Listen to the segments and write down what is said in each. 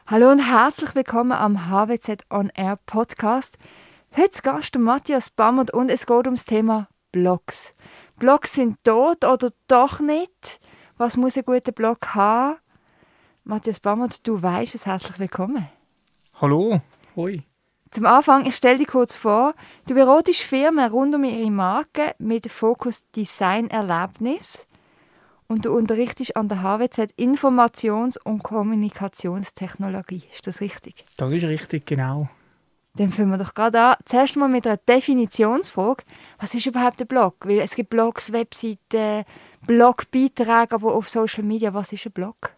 Hallo und herzlich willkommen am HWZ On Air Podcast. Heute Gast Matthias Bammert und es geht ums Thema Blogs. Blogs sind tot oder doch nicht? Was muss ein guter Blog haben? Matthias Bammert, du weißt es. Herzlich willkommen. Hallo, hoi. Zum Anfang, ich stelle dich kurz vor. Du berätst Firmen rund um ihre Marke mit Fokus Design-Erlebnis. Und du unterrichtest an der HWZ Informations- und Kommunikationstechnologie. Ist das richtig? Das ist richtig, genau. Dann fangen wir doch gerade an. Zuerst mal mit einer Definitionsfrage. Was ist überhaupt ein Blog? Weil es gibt Blogs, Webseiten, Blogbeiträge, aber auf Social Media. Was ist ein Blog?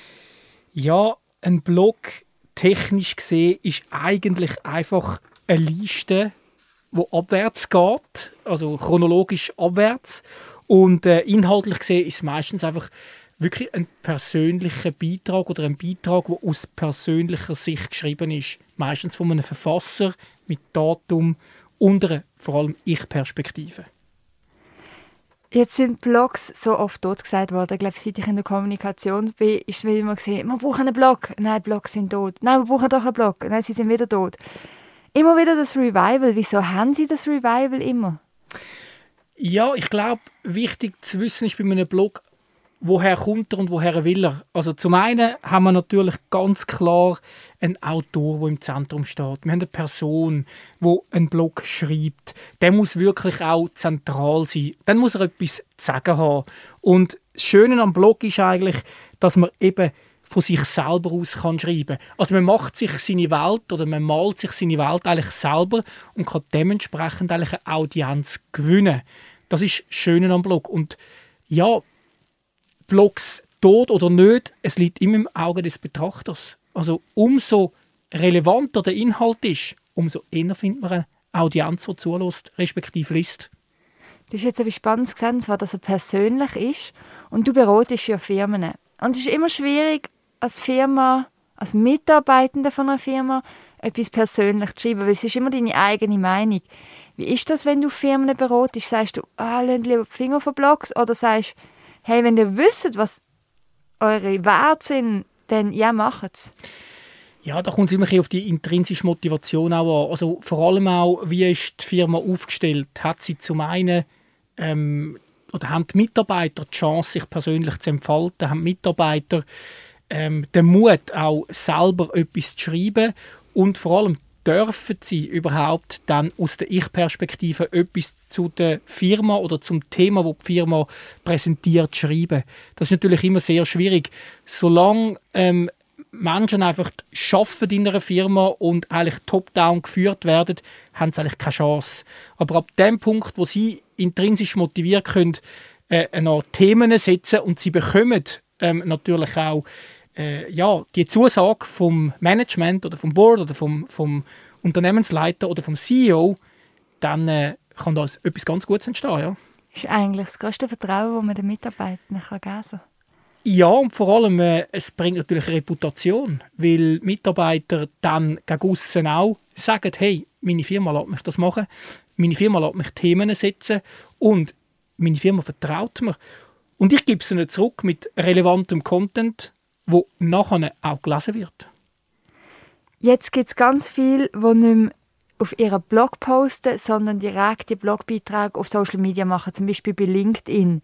Ja, ein Blog, technisch gesehen, ist eigentlich einfach eine Liste, die abwärts geht, also chronologisch abwärts. Und inhaltlich gesehen ist es meistens einfach wirklich ein persönlicher Beitrag oder ein Beitrag, der aus persönlicher Sicht geschrieben ist. Meistens von einem Verfasser mit Datum und einer, vor allem Ich-Perspektive. Jetzt sind Blogs so oft tot gesagt worden. Ich glaube, seit ich in der Kommunikation bin, ist es wieder immer gesehen, wir brauchen einen Blog. Nein, Blogs sind tot. Nein, wir brauchen doch einen Blog. Nein, sie sind wieder tot. Immer wieder das Revival. Wieso haben sie das Revival immer? Ja, ich glaube, wichtig zu wissen ist bei einem Blog, woher kommt er und woher will er. Also zum einen haben wir natürlich ganz klar einen Autor, der im Zentrum steht. Wir haben eine Person, die einen Blog schreibt. Der muss wirklich auch zentral sein. Dann muss er etwas zu sagen haben. Und das Schöne am Blog ist eigentlich, dass man eben von sich selber aus kann schreiben. Also man macht sich seine Welt oder man malt sich seine Welt eigentlich selber und kann dementsprechend eigentlich eine Audienz gewinnen. Das ist das Schöne am Blog. Und ja, Blogs tot oder nicht, es liegt immer im Auge des Betrachters. Also umso relevanter der Inhalt ist, umso eher findet man eine Audienz, die zulässt, respektive liest. Das ist jetzt etwas Spannendes gesehen, zwar, dass er persönlich ist und du berätst ja Firmen. Und es ist immer schwierig, als Firma, als Mitarbeitender von einer Firma, etwas persönlich zu schreiben, weil es ist immer deine eigene Meinung. Wie ist das, wenn du Firmen berätst? Sagst du, lasst lieber die Finger von Blogs? Oder sagst du, hey, wenn ihr wisst, was eure Werte sind, dann ja, macht es. Ja, da kommt es immer auf die intrinsische Motivation auch an. Also vor allem auch, wie ist die Firma aufgestellt? Hat sie zum einen oder haben die Mitarbeiter die Chance, sich persönlich zu entfalten? Haben die Mitarbeiter den Mut, auch selber etwas zu schreiben? Und vor allem dürfen sie überhaupt dann aus der Ich-Perspektive etwas zu der Firma oder zum Thema, das die Firma präsentiert, schreiben. Das ist natürlich immer sehr schwierig. Solange Menschen einfach arbeiten in einer Firma und eigentlich top-down geführt werden, haben sie eigentlich keine Chance. Aber ab dem Punkt, wo sie intrinsisch motiviert können, Themen setzen und sie bekommen natürlich auch die Zusage vom Management oder vom Board oder vom Unternehmensleiter oder vom CEO, dann kann da etwas ganz Gutes entstehen. Ja. Das ist eigentlich das grösste Vertrauen, das man den Mitarbeitern geben kann. Ja, und vor allem, es bringt natürlich Reputation, weil Mitarbeiter dann gegen aussen auch sagen, hey, meine Firma lässt mich das machen, meine Firma lässt mich Themen setzen und meine Firma vertraut mir. Und ich gebe es ihnen zurück mit relevantem Content, wo nachher auch gelesen wird. Jetzt gibt es ganz viele, die nicht mehr auf ihren Blog posten, sondern direkt die Blogbeiträge auf Social Media machen, zum Beispiel bei LinkedIn.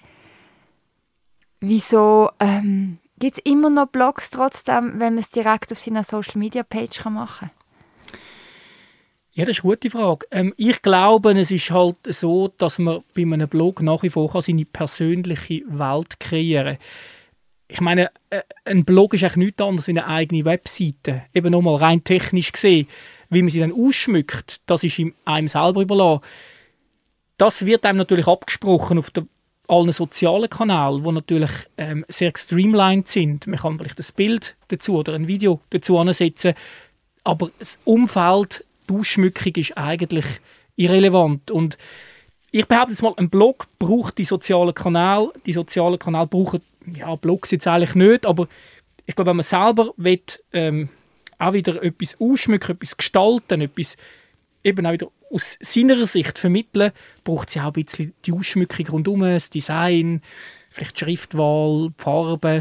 Wieso gibt es immer noch Blogs trotzdem, wenn man es direkt auf seiner Social Media Page machen kann? Ja, das ist eine gute Frage. Ich glaube, es ist halt so, dass man bei einem Blog nach wie vor seine persönliche Welt kreieren kann. Ich meine, ein Blog ist eigentlich nichts anderes wie eine eigene Webseite. Eben nochmal rein technisch gesehen. Wie man sie dann ausschmückt, das ist einem selber überlassen. Das wird einem natürlich abgesprochen auf allen sozialen Kanälen, die natürlich sehr gestreamlined sind. Man kann vielleicht ein Bild dazu oder ein Video dazu ansetzen, aber das Umfeld, die Ausschmückung ist eigentlich irrelevant. Und ich behaupte jetzt mal, ein Blog braucht die sozialen Kanäle. Die sozialen Kanäle brauchen Blogs jetzt eigentlich nicht, aber ich glaube, wenn man selber will, auch wieder etwas ausschmücken, etwas gestalten, etwas eben auch wieder aus seiner Sicht vermitteln, braucht sie auch ein bisschen die Ausschmückung rundherum, das Design, vielleicht die Schriftwahl, die Farben.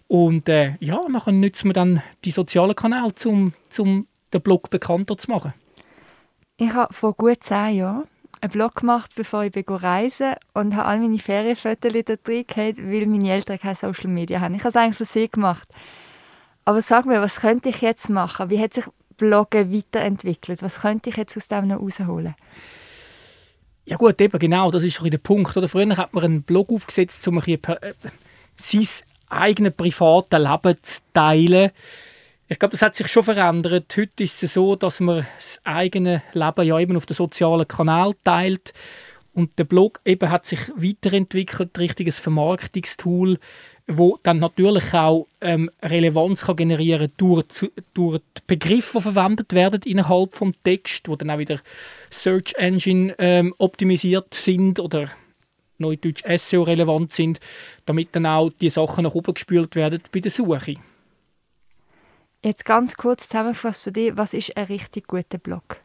Und nachher nutzen wir dann die sozialen Kanäle, um den Blog bekannter zu machen. Ich habe vor gut 10 Jahren einen Blog gemacht, bevor ich reisen und habe all meine Ferienfotos da drin gehabt, weil meine Eltern keine Social Media haben. Ich habe es eigentlich für sie gemacht. Aber sag mir, was könnte ich jetzt machen? Wie hat sich Bloggen weiterentwickelt? Was könnte ich jetzt aus dem noch rausholen? Ja gut, eben genau, das ist der Punkt. Oder? Früher hat man einen Blog aufgesetzt, um sein eigenes privates Leben zu teilen. Ich glaube, das hat sich schon verändert. Heute ist es so, dass man das eigene Leben ja eben auf den sozialen Kanälen teilt. Und der Blog eben hat sich weiterentwickelt, richtiges Vermarktungstool, wo dann natürlich auch Relevanz kann generieren durch die Begriffe, die verwendet werden innerhalb des Texts, die dann auch wieder Search Engine optimisiert sind oder neudeutsch SEO-relevant sind, damit dann auch die Sachen nach oben gespült werden bei der Suche. Jetzt ganz kurz zusammengefasst zu dir, was ist ein richtig guter Blog?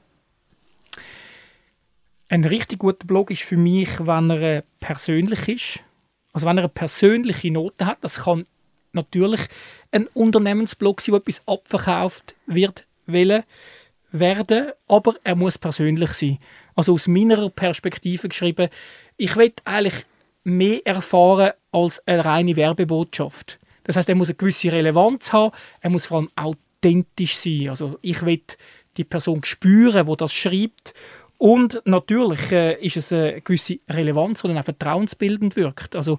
Ein richtig guter Blog ist für mich, wenn er persönlich ist. Also wenn er eine persönliche Note hat. Das kann natürlich ein Unternehmensblog sein, wo etwas abverkauft wird werden, aber er muss persönlich sein. Also aus meiner Perspektive geschrieben, ich will eigentlich mehr erfahren als eine reine Werbebotschaft. Das heisst, er muss eine gewisse Relevanz haben, er muss vor allem authentisch sein. Also ich will die Person spüren, die das schreibt. Und natürlich ist es eine gewisse Relevanz, die dann auch vertrauensbildend wirkt. Also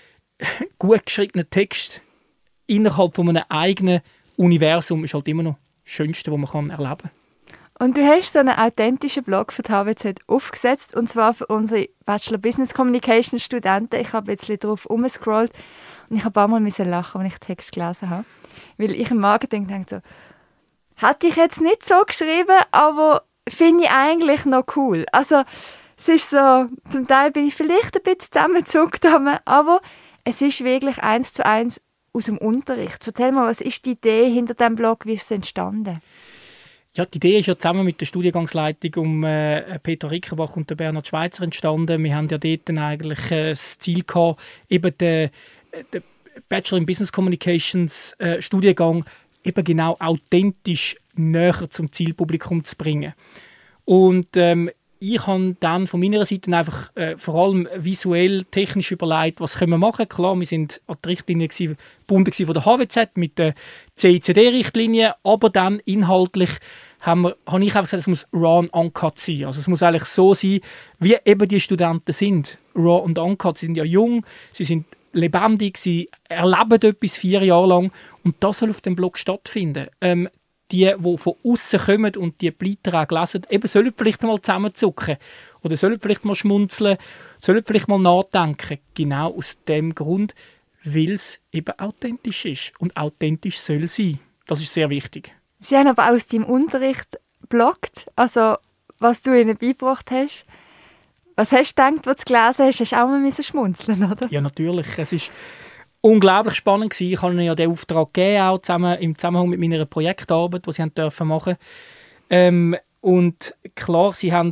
gut geschriebener Text innerhalb von einem eigenen Universum ist halt immer noch das Schönste, was man erleben kann. Und du hast so einen authentischen Blog für die HWZ aufgesetzt, und zwar für unsere Bachelor Business Communication Studenten. Ich habe jetzt drauf umgescrollt und ich habe ein paar Mal lachen, als ich den Text gelesen habe. Weil ich im Marketing denke so, hätte ich jetzt nicht so geschrieben, aber finde ich eigentlich noch cool. Also es ist so, zum Teil bin ich vielleicht ein bisschen zusammengezuckt, aber es ist wirklich 1:1 aus dem Unterricht. Erzähl mal, was ist die Idee hinter diesem Blog, wie ist es entstanden? Ja, die Idee ist ja zusammen mit der Studiengangsleitung um Peter Rickenbach und der Bernhard Schweitzer entstanden. Wir haben ja dort dann eigentlich das Ziel gehabt, eben den Bachelor in Business Communications Studiengang eben genau authentisch näher zum Zielpublikum zu bringen. Und ich habe dann von meiner Seite einfach vor allem visuell, technisch überlegt, was können wir machen. Klar, wir sind an die Richtlinie gebunden von der HWZ mit der CICD-Richtlinie, aber dann inhaltlich habe ich einfach gesagt, es muss raw und uncut sein. Also es muss eigentlich so sein, wie eben die Studenten sind. Raw und uncut, sie sind ja jung, sie sind lebendig, sie erleben etwas 4 Jahre lang und das soll auf dem Blog stattfinden. Die von außen kommen und die Beiträge lesen, eben sollen vielleicht mal zusammenzucken oder sollen vielleicht mal schmunzeln, sollen vielleicht mal nachdenken. Genau aus dem Grund, weil es eben authentisch ist und authentisch soll sein. Das ist sehr wichtig. Sie haben aber aus deinem Unterricht gebloggt, also was du ihnen beigebracht hast. Was hast du gedacht, als du gelesen hast? Hast du auch mal schmunzeln, oder? Ja, natürlich. Es ist unglaublich spannend gewesen. Ich habe ihnen ja den Auftrag gegeben, auch im Zusammenhang mit meiner Projektarbeit, die sie machen durften. Und klar, sie haben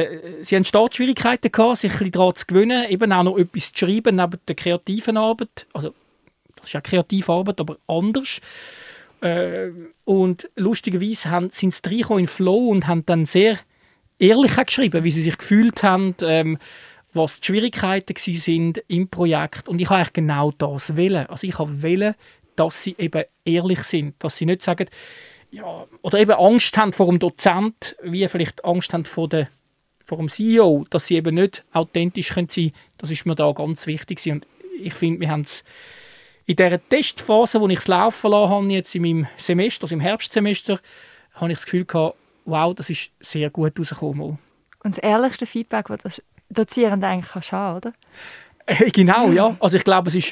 Startschwierigkeiten gehabt, sich ein bisschen daran zu gewöhnen, eben auch noch etwas zu schreiben neben der kreativen Arbeit. Also, das ist ja kreative Arbeit, aber anders. Und lustigerweise sind sie reingekommen in Flow und haben dann sehr ehrlich geschrieben, wie sie sich gefühlt haben, was die Schwierigkeiten sind im Projekt. Und ich habe eigentlich genau das wollen. Also ich wollte, dass sie eben ehrlich sind, dass sie nicht sagen, ja, oder eben Angst haben vor dem Dozent, wie vielleicht Angst haben vor dem CEO, dass sie eben nicht authentisch sein können. Das ist mir da ganz wichtig. Und ich finde, wir haben es in dieser Testphase, wo ich es laufen lassen habe, jetzt in meinem Semester, also im Herbstsemester, habe ich das Gefühl gehabt, wow, das ist sehr gut rausgekommen. Und das ehrlichste Feedback, das das Dozierende eigentlich kann haben, oder? Genau, ja. Also ich glaube, es ist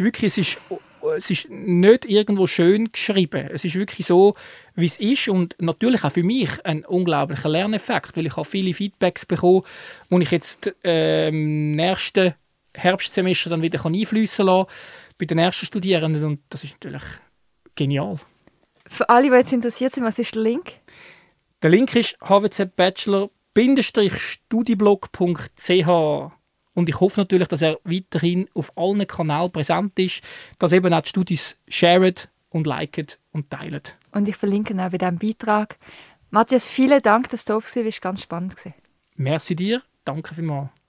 nicht irgendwo schön geschrieben. Es ist wirklich so, wie es ist. Und natürlich auch für mich ein unglaublicher Lerneffekt, weil ich habe viele Feedbacks bekommen, die ich jetzt im nächsten Herbstsemester dann wieder einfließen lassen bei den ersten Studierenden. Und das ist natürlich genial. Für alle, die jetzt interessiert sind, was ist der Link? Der Link ist hwzbachelor-studieblog.ch. Und ich hoffe natürlich, dass er weiterhin auf allen Kanälen präsent ist, dass eben auch die Studis sharen und liken und teilen. Und ich verlinke ihn auch bei diesem Beitrag. Matthias, vielen Dank, dass du da warst. Das war ganz spannend. Merci dir. Danke vielmals.